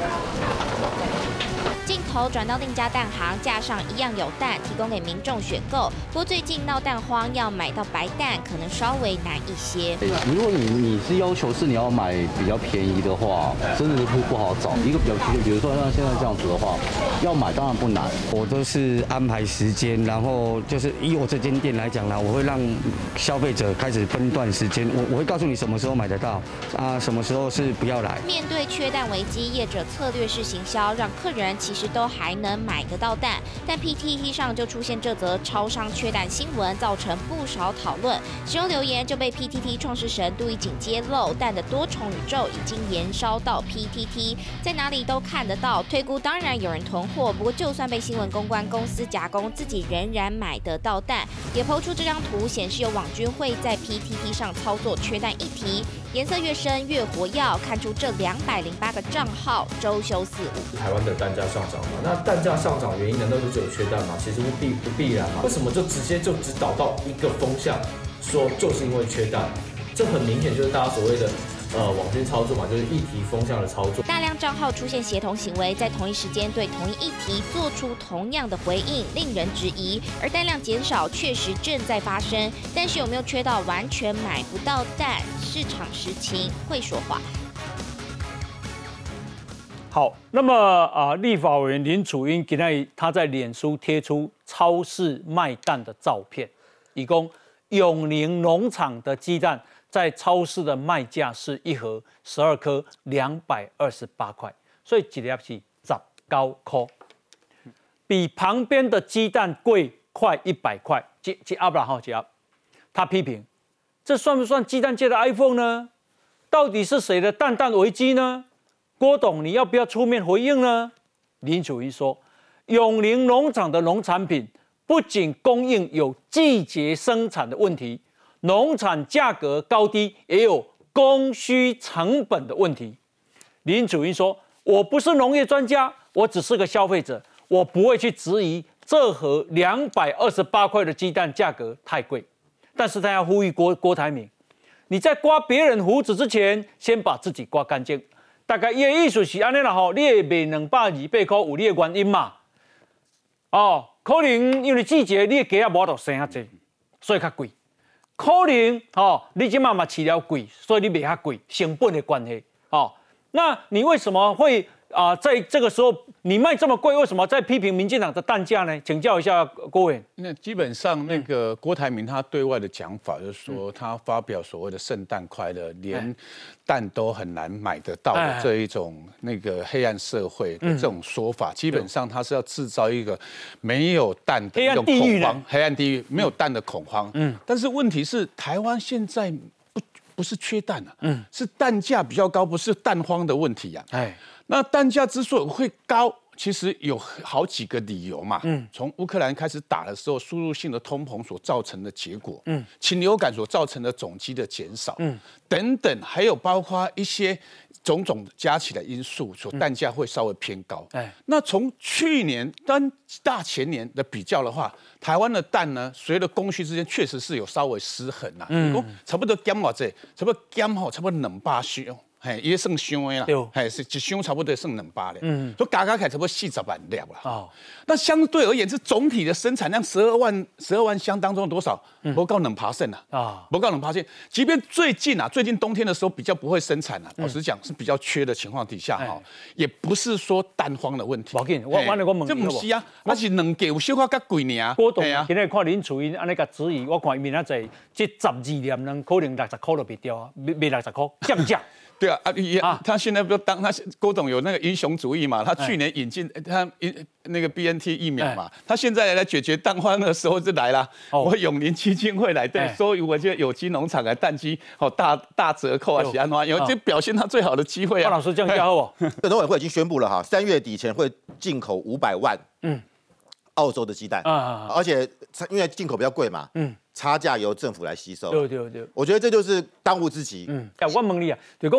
镜头转到另家蛋行，架上一样有蛋，提供给民众选购。不过最近闹蛋荒，要买到白蛋可能稍微难一些。 如果你是要求是你要买比较便宜的话，真的是不好找。一个比较比如说像现在这样子的话，要买当然不难。 我都是安排时间，然后就是以我这间店来讲呢，我会让消费者开始分段时间，我会告诉你什么时候买得到啊，什么时候是不要来。 面对缺蛋危机，业者策略式行销，让客人其实都还能买得到蛋，但 PTT 上就出现这则超商缺蛋新闻，造成不少讨论。使用留言就被 PTT 创始神杜义景揭露，蛋的多重宇宙已经延烧到 PTT， 在哪里都看得到。推估当然有人囤货，不过就算被新闻公关公司夹攻，自己仍然买得到蛋。也抛出这张图，显示有网军会在 PTT 上操作缺蛋议题，颜色越深越活跃，看出这208个账号周休4五。 台湾的蛋价上涨嘛，那蛋价上涨原因难道就只有缺蛋吗？其实不必然嘛。为什么就只导到一个风向，说就是因为缺蛋？这很明显就是大家所谓的网军操作嘛，就是议题风向的操作。 大量账号出现协同行为，在同一时间对同一议题做出同样的回应，令人质疑。而蛋量减少确实正在发生，但是有没有缺到完全买不到蛋？市场实情会说话。 好，那么立法委员林楚英今天他在脸书贴出超市卖蛋的照片，以供永宁农场的鸡蛋在超市的卖价是一盒12颗228块，所以一粒是19块，比旁边的鸡蛋贵快100块，一盒啦哈，一盒。他批评，这算不算鸡蛋界的 iPhone 呢？到底是谁的蛋蛋危机呢？郭董，你要不要出面回应呢？林楚英说，永宁农场的农产品不仅供应有季节生产的问题，农产价格高低也有供需成本的问题。林楚英说，我不是农业专家，我只是个消费者，我不会去质疑这盒228块的鸡蛋价格太贵。但是他要呼吁郭台铭，你在刮别人胡子之前，先把自己刮干净。大概伊的意思是安尼啦吼，你会卖228块有你的原因嘛？哦，可能因为季节你的鸡仔无到生遐济，所以较贵。可能你即嘛饲料贵，所以你卖遐贵，成本的关系。那你为什么会在这个时候你卖这么贵，为什么在批评民进党的蛋价呢？请教一下郭委员。 那基本上那个郭台铭他对外的讲法就是说，他发表所谓的圣诞快乐，连蛋都很难买得到的这一种那个黑暗社会的这种说法，基本上他是要制造一个没有蛋的一种恐慌，黑暗地狱没有蛋的恐慌。但是问题是台湾现在不是缺蛋啊，是蛋价比较高，不是蛋荒的问题啊。那蛋价之所以会高，其实有好几个理由嘛。从乌克兰开始打的时候，输入性的通膨所造成的结果，禽流感所造成的总鸡的减少，等等，还有包括一些种种加起来因素，所蛋价会稍微偏高。那从去年跟大前年的比较的话，台湾的蛋呢，随着供需之间确实是有稍微失衡啦。差不多减偌济，差不多减吼，差不多200箱。伊算箱的啦，是一箱差不多算200咧，所以加起来差不多40万粒啦。那相对而言，是总体的生产量12万箱当中多少？不到2%啊，不到2%。即便最近冬天的时候比较不会生产啊，老实讲是比较缺的情况底下哈，也不是说蛋荒的问题。 我问这不是啊，那是两价有小可较贵尔。 郭董今日看林楚英安尼个质疑，我看面仔济，这12粒能可能60块都别掉啊，卖60块降价。 对啊，他现在不当他郭董有那个英雄主义嘛？他去年引进他那个 BNT 疫苗嘛，他现在来解决蛋荒的时候就来了。我永宁基金会来对，所以我觉得有机农场的蛋鸡大折扣啊，喜安花，有这表现他最好的机会啊。 潘老师这样加好不？农委会已经宣布了哈，3月底前会进口500万澳洲的鸡蛋而且因为进口比较贵嘛，差价由政府来吸收。 对。 我觉得这就是当务之急。 我问你啊，就讲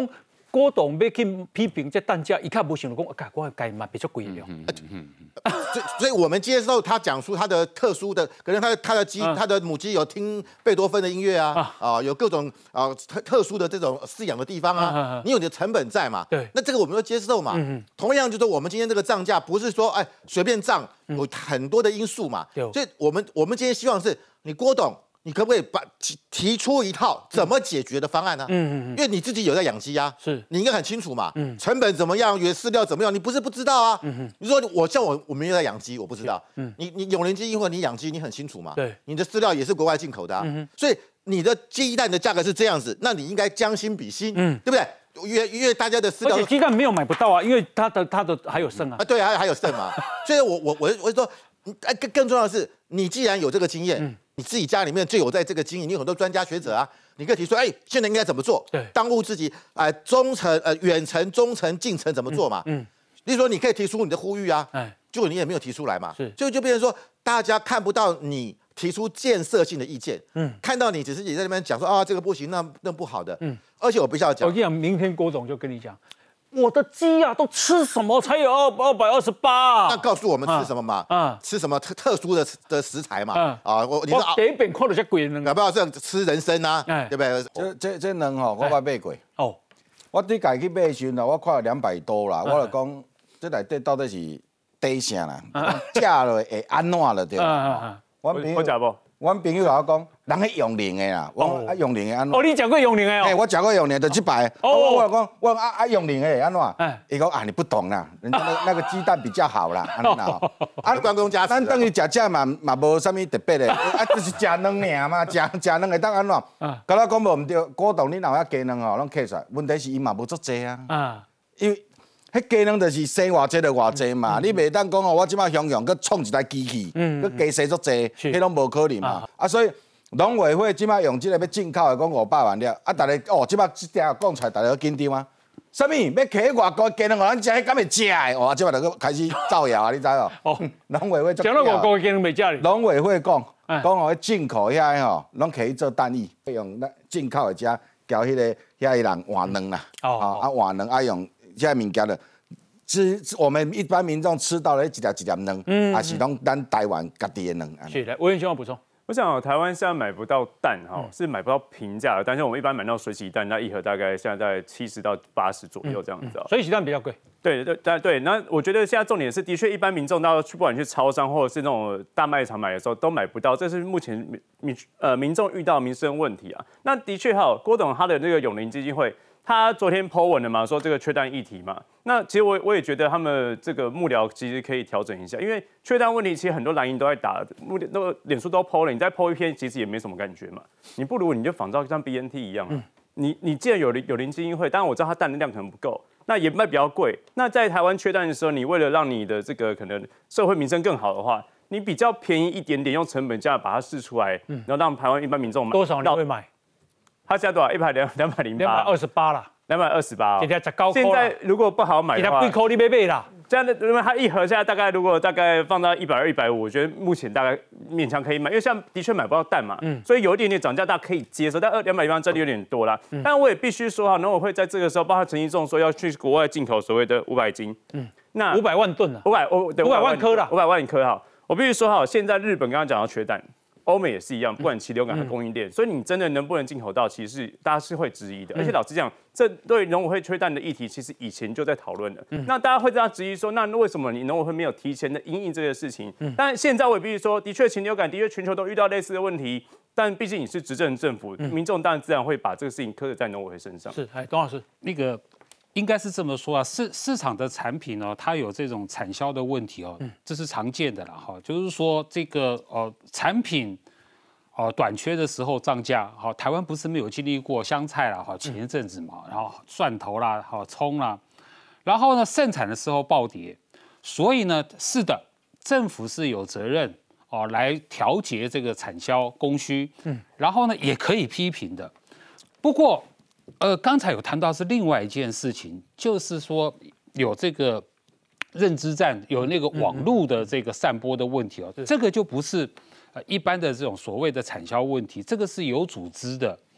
郭董要去批评这蛋价，一看不行，我改嘛比较贵了。 所以我们接受他讲述他的特殊的，可能他的母鸡有听贝多芬的音乐有各种特殊的这种饲养的地方啊，你有你的成本在嘛？ 对， 那这个我们都接受嘛。同样就是我们今天这个涨价不是说随便涨，有很多的因素嘛。所以我们今天希望是你郭董。你可不可以提出一套怎么解决的方案呢？因为你自己有在养鸡啊， 是你应该很清楚嘛。成本怎么样，原饲料怎么样，你不是不知道啊。你说我没有在养鸡，我不知道。你永联基金会你养鸡，你很清楚嘛。 对， 你的饲料也是国外进口的啊。所以你的鸡蛋的价格是这样子，那你应该将心比心，对不对？因为大家的饲料， 而且鸡蛋没有买不到啊，因为它的还有剩啊。 对，还有剩嘛。所以我说，更重要的是，你既然有这个经验。你自己家里面就有在这个经营，你有很多专家学者啊，你可以提出，现在应该怎么做？ 对， 当务之急，中程、远程、中程、近程怎么做嘛？例如说，你可以提出你的呼吁啊，结果你也没有提出来嘛，所以就变成说，大家看不到你提出建设性的意见，看到你只是也在那边讲说这个不行，那不好的，而且我必须要讲， 我跟你讲，明天郭总就跟你讲。我的鸡啊，都吃什么才有228？ 那告诉我们吃什么嘛？吃什么特殊的食材嘛？ 你说第一遍看到这贵人， 要不要这吃人参啊？对不对？ 这卵我捌买过。我伫家去买的时候，我看了200多啦，我就讲这内底到底是底啥啦？食落会安怎了对吧？ 我食无。 阮朋友甲我讲，人迄用灵的啦，我用灵的安怎？ 你食过用灵的哦？ 我食过用灵的，就这排。我讲，我用灵的安怎？伊讲你不懂啦，人家那个鸡蛋比较好啦，安怎？ 关公家， 咱等于食嘛无啥物特别的，就是食卵尔嘛，食卵会当安怎？甲我讲无毋对，郭董你若遐鸡卵拢摕出来，问题是伊嘛无足济啊。因为迄鸡卵就是生偌济就偌济嘛，你袂当讲我即摆雄去创一台机器，佮鸡生足济，迄拢无可能嘛。所以农委会即摆用即个要进口的讲500万粒，大家即摆即条讲出来，大家紧张啊。啥物要摕外国鸡卵互咱食，迄敢会食的？即摆就开始造谣啊，你知无？农委会讲到外国鸡卵袂食哩。 农委会讲进口遐拢可以做蛋液，用进口的遮交迄个遐人换卵啦，换卵用。这些物件的，我们一般民众吃到的一粒卵，还是拢咱台湾家己的卵。 是的，我也希望补充。 我想台湾现在买不到蛋是买不到平价的，但是我们一般买到水洗蛋，那一盒大概现在在70到80左右这样子。 水洗蛋比较贵。 对，那我觉得现在重点是，的确一般民众到不管去超商或者是那种大卖场买的时候都买不到，这是目前民众遇到的民生问题啊。那的确郭董他的那个永龄基金会。他昨天 po 文了嘛，说这个缺蛋议题嘛，那其实我也觉得他们这个幕僚其实可以调整一下，因为缺蛋问题其实很多蓝营都在打，那个脸书都 po 了，你再 po 一篇其实也没什么感觉嘛，你不如你就仿照像 BNT 一样啊，你既然有邻基金会，当然我知道它蛋的量可能不够，那也卖比较贵，那在台湾缺蛋的时候，你为了让你的这个可能社会民生更好的话，你比较便宜一点点，用成本价把它试出来，然后让台湾一般民众买多少人会买？ 它现在多少？一排228 啦 ，228。现在如果不好买的话， 几块你买啦。 这样的，因为它一盒现在大概放到120、150，我觉得目前大概勉强可以买，因为现在的确买不到蛋嘛，所以有一点点涨价大家可以接受，但200真的有点多啦。但我也必须说农委会在这个时候，包括陈其仲说要去国外进口所谓的500斤， 那500万吨啊 ，500 万颗啦 ，500万颗我必须说现在日本刚刚讲到缺蛋。欧美也是一样，不管禽流感和供应链，所以你真的能不能进口到，其实大家是会质疑的。而且老实讲，这对农委会缺蛋的议题，其实以前就在讨论了。那大家会这样质疑说，那为什么你农委会没有提前的因应这个事情？但现在我也必须说，的确禽流感的确全球都遇到类似的问题，但毕竟你是执政政府，民众当然自然会把这个事情刻在农委会身上。 是，董老师， 那个应该是这么说啊，市场的产品它有这种产销的问题这是常见的啦就是说这个产品。短缺的时候涨价，台湾不是没有经历过香菜啦，前一阵子嘛，然后蒜头啦，葱啦，然后呢盛产的时候暴跌，所以呢是的，政府是有责任来调节这个产销供需，然后呢也可以批评的。不过刚才有谈到是另外一件事情，就是说有这个认知战，有那个网络的这个散播的问题这个就不是。一般的这种所谓的产销问题，这个是有组织的，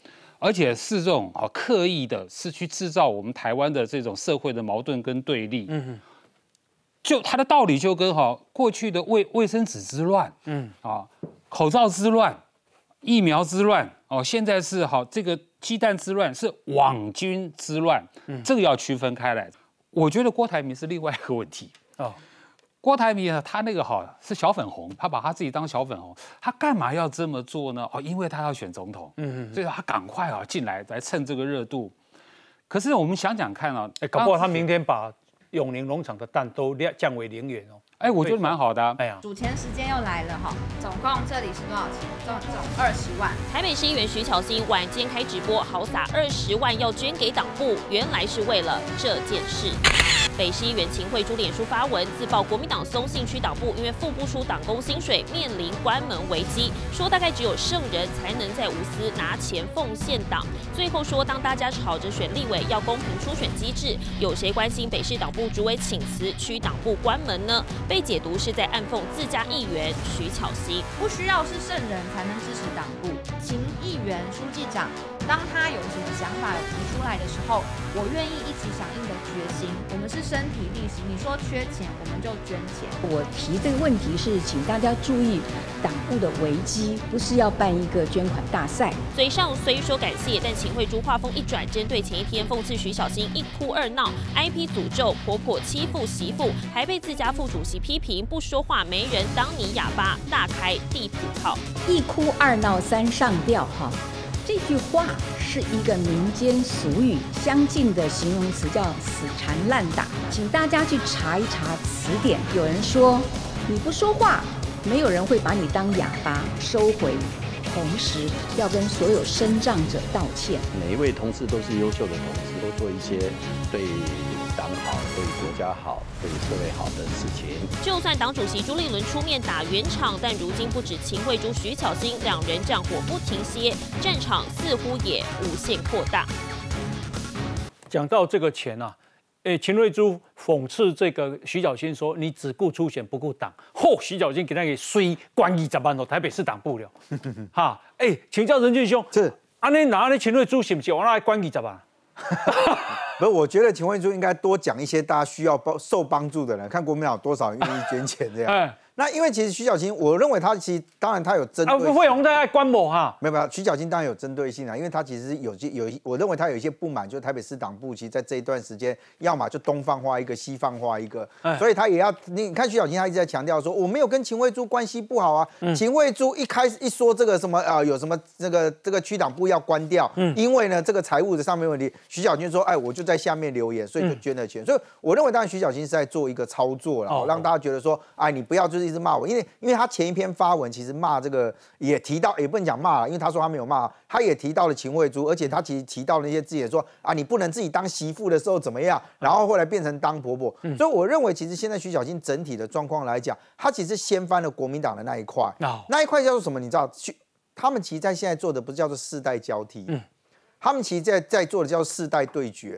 而且是这种刻意的，是去制造我们台湾的这种社会的矛盾跟对立。就它的道理就跟过去的卫生纸之乱，口罩之乱、疫苗之乱，现在是这个鸡蛋之乱，是网军之乱，这个要区分开来。我觉得郭台铭是另外一个问题郭台铭他那个是小粉红，他把他自己当小粉红，他干嘛要这么做呢？因为他要选总统，所以他赶快进来蹭这个热度。可是我们想想看搞不好他明天把永宁农场的蛋都降为0元我觉得蛮好的哎呀， 数钱时间又来了总共这里是多少钱？总20万。 台北市议员徐巧芯晚间开直播，豪撒20万要捐给党部，原来是为了这件事。北市议员秦慧珠脸书发文自曝国民党松信区党部因为付不出党工薪水，面临关门危机，说大概只有圣人才能在无私拿钱奉献党。最后说，当大家吵着选立委要公平初选机制，有谁关心北市党部主委请辞，区党部关门呢？被解读是在暗讽自家议员徐巧芯， 不需要是圣人才能支持党部。秦议员、书记长，当他有什么想法提出来的时候，我愿意一起响应的决心。我们是身体力行，你说缺钱，我们就捐钱。 我提这个问题是，请大家注意党部的危机，不是要办一个捐款大赛。 嘴上虽说感谢，但秦慧珠话锋一转，针对前一天讽刺徐巧芯一哭二闹 ，IP 诅咒婆婆欺负媳妇，还被自家副主席批评不说话没人当你哑巴，大开地图炮。 一哭二闹三上吊这句话是一个民间俗语，相近的形容词叫死缠烂打，请大家去查一查词典。有人说你不说话，没有人会把你当哑巴，收回。同时要跟所有身障者道歉。 每一位同事都是优秀的同事，都做一些对党好、对国家好、对社会好的事情。 就算党主席朱立伦出面打圆场，但如今不止秦慧珠、徐巧芯两人战火不停歇，战场似乎也无限扩大。 讲到这个钱秦慧珠讽刺这个徐巧芯说：“你只顾初选不顾党。”徐巧芯给他给衰关20万台北市党部了。请教任俊兄， 是你拿那秦慧珠是不是往那关20万？ 不是，我觉得秦慧珠应该多讲一些大家需要受帮助的人，看国民党有多少人愿意捐钱这样。那因为其实徐巧芯，我认为他其实当然他有针对性。 费鸿泰爱关某没有，徐巧芯当然有针对性因为他其实我认为他有一些不满，就是台北市党部其实在这一段时间，要么就东方化一个，西方化一个，所以他也要你看徐巧芯他一直在强调说，我没有跟秦慧珠关系不好啊。秦慧珠一开始一说这个什么有什么这个区党部要关掉，因为呢这个财务的上面问题，徐巧芯说我就在下面留言，所以就捐了钱。所以我认为当然徐巧芯是在做一个操作了，让大家觉得说，你不要就是一直骂我，因为他前一篇发文其实骂这个也提到，也不能讲骂了，因为他说他没有骂，他也提到了秦慧珠，而且他其实提到了那些字眼说你不能自己当媳妇的时候怎么样，然后后来变成当婆婆。所以我认为其实现在徐巧芯整体的状况来讲，他其实掀翻了国民党的那一块，那一块叫做什么？你知道，他们其实在现在做的不是叫做世代交替，他们其实在做的叫做世代对决了。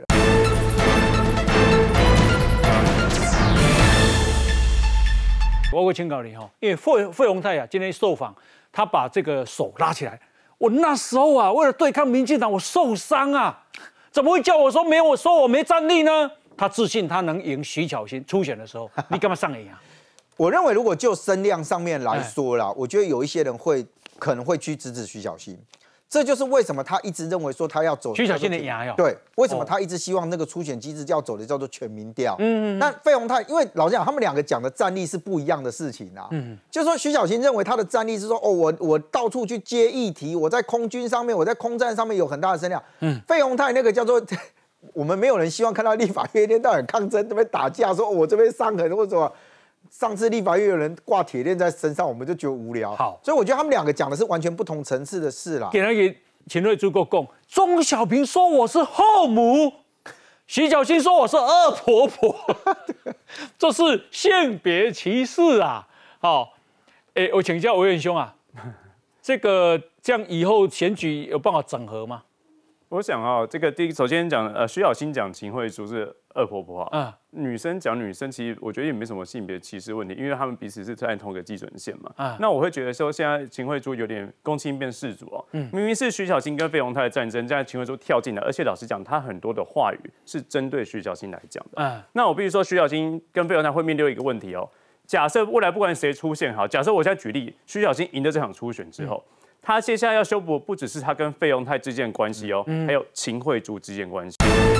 我会请教你因为费鸿泰今天受访，他把这个手拉起来。我那时候为了对抗民进党，我受伤怎么会叫我说没有我说我没战力呢？他自信他能赢徐巧芯初选的时候，你干嘛上瘾我认为如果就声量上面来说啦，我觉得有一些人可能会去支持徐巧芯。这就是为什么他一直认为说他要走徐巧芯的牙对，为什么他一直希望那个初选机制要走的叫做全民调。那费鸿泰，因为老实讲，他们两个讲的战力是不一样的事情就是说徐巧芯认为他的战力是说我到处去接议题，我在空军上面，我在空战上面有很大的声量。费鸿泰那个叫做我们没有人希望看到立法院一天到晚抗争，这边打架，说我这边伤痕或者什么。上次立法院有人挂铁链在身上，我们就觉得无聊。所以我觉得他们两个讲的是完全不同层次的事啦。 给那个秦慧珠讲，钟小平说我是后母，徐巧芯说我是二婆婆，这是性别歧视我请教委员兄这样以后选举有办法整合吗？ 我想这个首先讲徐巧芯讲秦慧珠是恶婆婆啊，女生讲女生，其实我觉得也没什么性别歧视问题，因为他们彼此是在同一个基准线嘛。那我会觉得说，现在秦慧珠有点公亲变世主哦，明明是徐小新跟费鸿泰的战争，现在秦慧珠跳进来，而且老实讲，他很多的话语是针对徐小新来讲的。那我必须说，徐小新跟费鸿泰会面对一个问题哦。假设未来不管谁出现好，假设我现在举例，徐小新赢得这场初选之后，他接下来要修补不只是他跟费鸿泰之间的关系哦，还有秦慧珠之间的关系。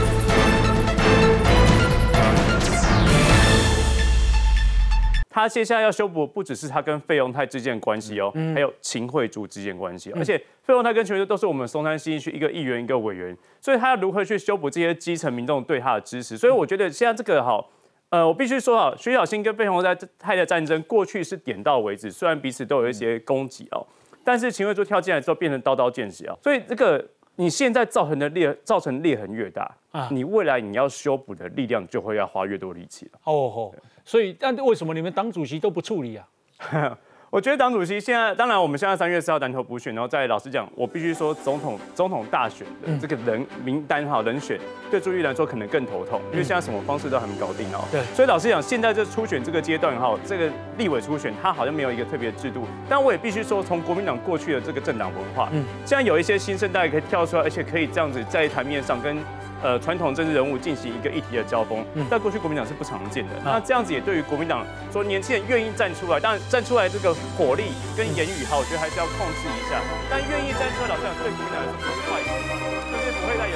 他接下来要修补不只是他跟费鸿泰之间的关系哦，还有秦慧珠之间的关系。而且费鸿泰跟秦慧珠都是我们松山信义区一个议员一个委员，所以他要如何去修补这些基层民众对他的支持？所以我觉得现在这个好，我必须说啊，徐小新跟费鸿泰的战争过去是点到为止，虽然彼此都有一些攻击哦，但是秦慧珠跳进来之后变成刀刀见血啊，所以这个你现在造成裂痕越大，你未来你要修补的力量就会要花越多力气了。 所以但为什么你们党主席都不处理啊？ 我觉得党主席现在，当然我们现在3月4号南投补选，然后再老实讲，我必须说总统大选的这个名单人选，对朱立伦来说可能更头痛，因为现在什么方式都还没搞定哦。对，所以老实讲，现在这初选这个阶段这个立委初选，它好像没有一个特别的制度。但我也必须说，从国民党过去的这个政党文化，现在有一些新生代可以跳出来，而且可以这样子在台面上跟传统政治人物进行一个议题的交锋，在过去国民党是不常见的。那这样子也对于国民党说，年轻人愿意站出来，当然站出来这个火力跟言语我觉得还是要控制一下。但愿意站出来，老实讲，对国民党来说不是坏事，就是不会再有。